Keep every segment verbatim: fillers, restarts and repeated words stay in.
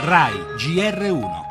Rai G R uno.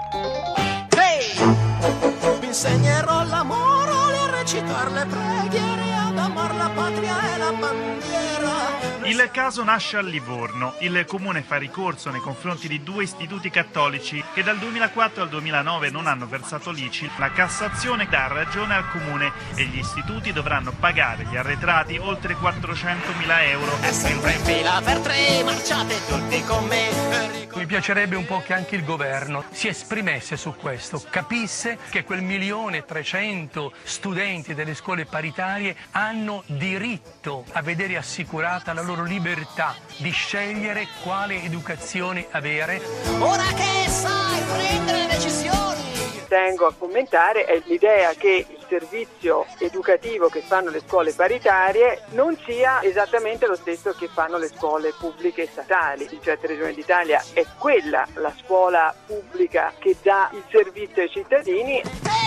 Hey! Vi insegnerò l'amore, a recitare le preghiere, ad amar la patria e la bandiera. Il caso nasce a Livorno. Il comune fa ricorso nei confronti di due istituti cattolici che dal duemilaquattro al duemilanove non hanno versato l'I C I. La Cassazione dà ragione al comune e gli istituti dovranno pagare gli arretrati oltre quattrocentomila euro. È sempre in fila per tre, marciate tutti con me. Mi piacerebbe un po' che anche il governo si esprimesse su questo, capisse che quel milione e trecento studenti delle scuole paritarie hanno diritto a vedere assicurata la loro libertà di scegliere quale educazione avere. Ora che sai prendere le decisioni. Tengo a commentare è l'idea che il servizio educativo che fanno le scuole paritarie non sia esattamente lo stesso che fanno le scuole pubbliche statali. In certe regioni d'Italia è quella la scuola pubblica che dà il servizio ai cittadini.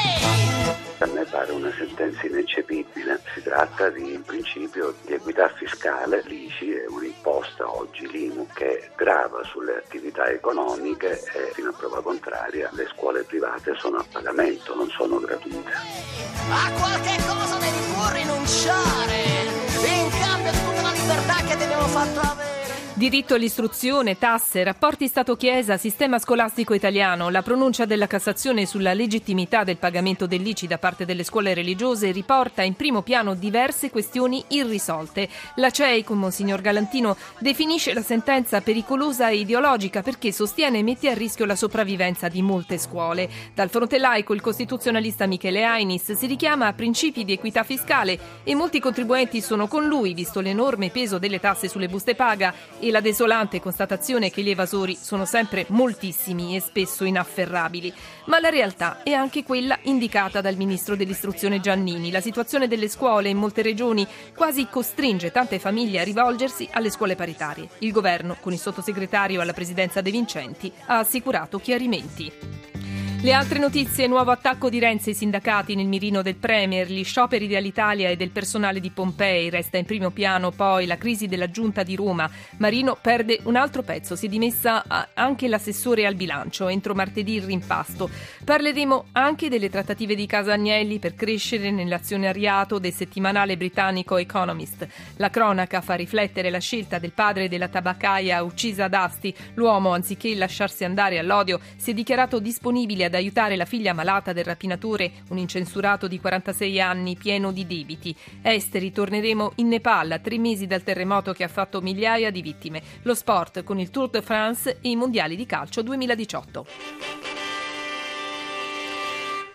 A me pare una sentenza ineccepibile. Si tratta di un principio di equità fiscale. L'I C I è un'imposta oggi, l'I M U, che grava sulle attività economiche e fino a prova contraria le scuole private sono a pagamento, non sono gratuite. A qualche cosa devi pur rinunciare, in cambio di tutta la libertà che ti abbiamo fatto avere. Diritto all'istruzione, tasse, rapporti Stato-Chiesa, sistema scolastico italiano. La pronuncia della Cassazione sulla legittimità del pagamento dell'I C I da parte delle scuole religiose riporta in primo piano diverse questioni irrisolte. La C E I, con Monsignor Galantino, definisce la sentenza pericolosa e ideologica perché sostiene e mette a rischio la sopravvivenza di molte scuole. Dal fronte laico, il costituzionalista Michele Ainis si richiama a principi di equità fiscale e molti contribuenti sono con lui, visto l'enorme peso delle tasse sulle buste paga e la desolante constatazione che gli evasori sono sempre moltissimi e spesso inafferrabili. Ma la realtà è anche quella indicata dal ministro dell'istruzione Giannini. La situazione delle scuole in molte regioni quasi costringe tante famiglie a rivolgersi alle scuole paritarie. Il governo, con il sottosegretario alla presidenza De Vincenti, ha assicurato chiarimenti. Le altre notizie: nuovo attacco di Renzi ai sindacati nel mirino del Premier, gli scioperi di Alitalia e del personale di Pompei, resta in primo piano poi la crisi della giunta di Roma. Marino perde un altro pezzo, si è dimessa anche l'assessore al bilancio, entro martedì il rimpasto. Parleremo anche delle trattative di Casa Agnelli per crescere nell'azionariato del settimanale britannico Economist. La cronaca fa riflettere la scelta del padre della tabaccaia uccisa ad Asti. L'uomo, anziché lasciarsi andare all'odio, si è dichiarato disponibile ad aiutare la figlia malata del rapinatore, un incensurato di quarantasei anni pieno di debiti. Esteri, torneremo in Nepal a tre mesi dal terremoto che ha fatto migliaia di vittime. Lo sport con il Tour de France e i mondiali di calcio duemiladiciotto.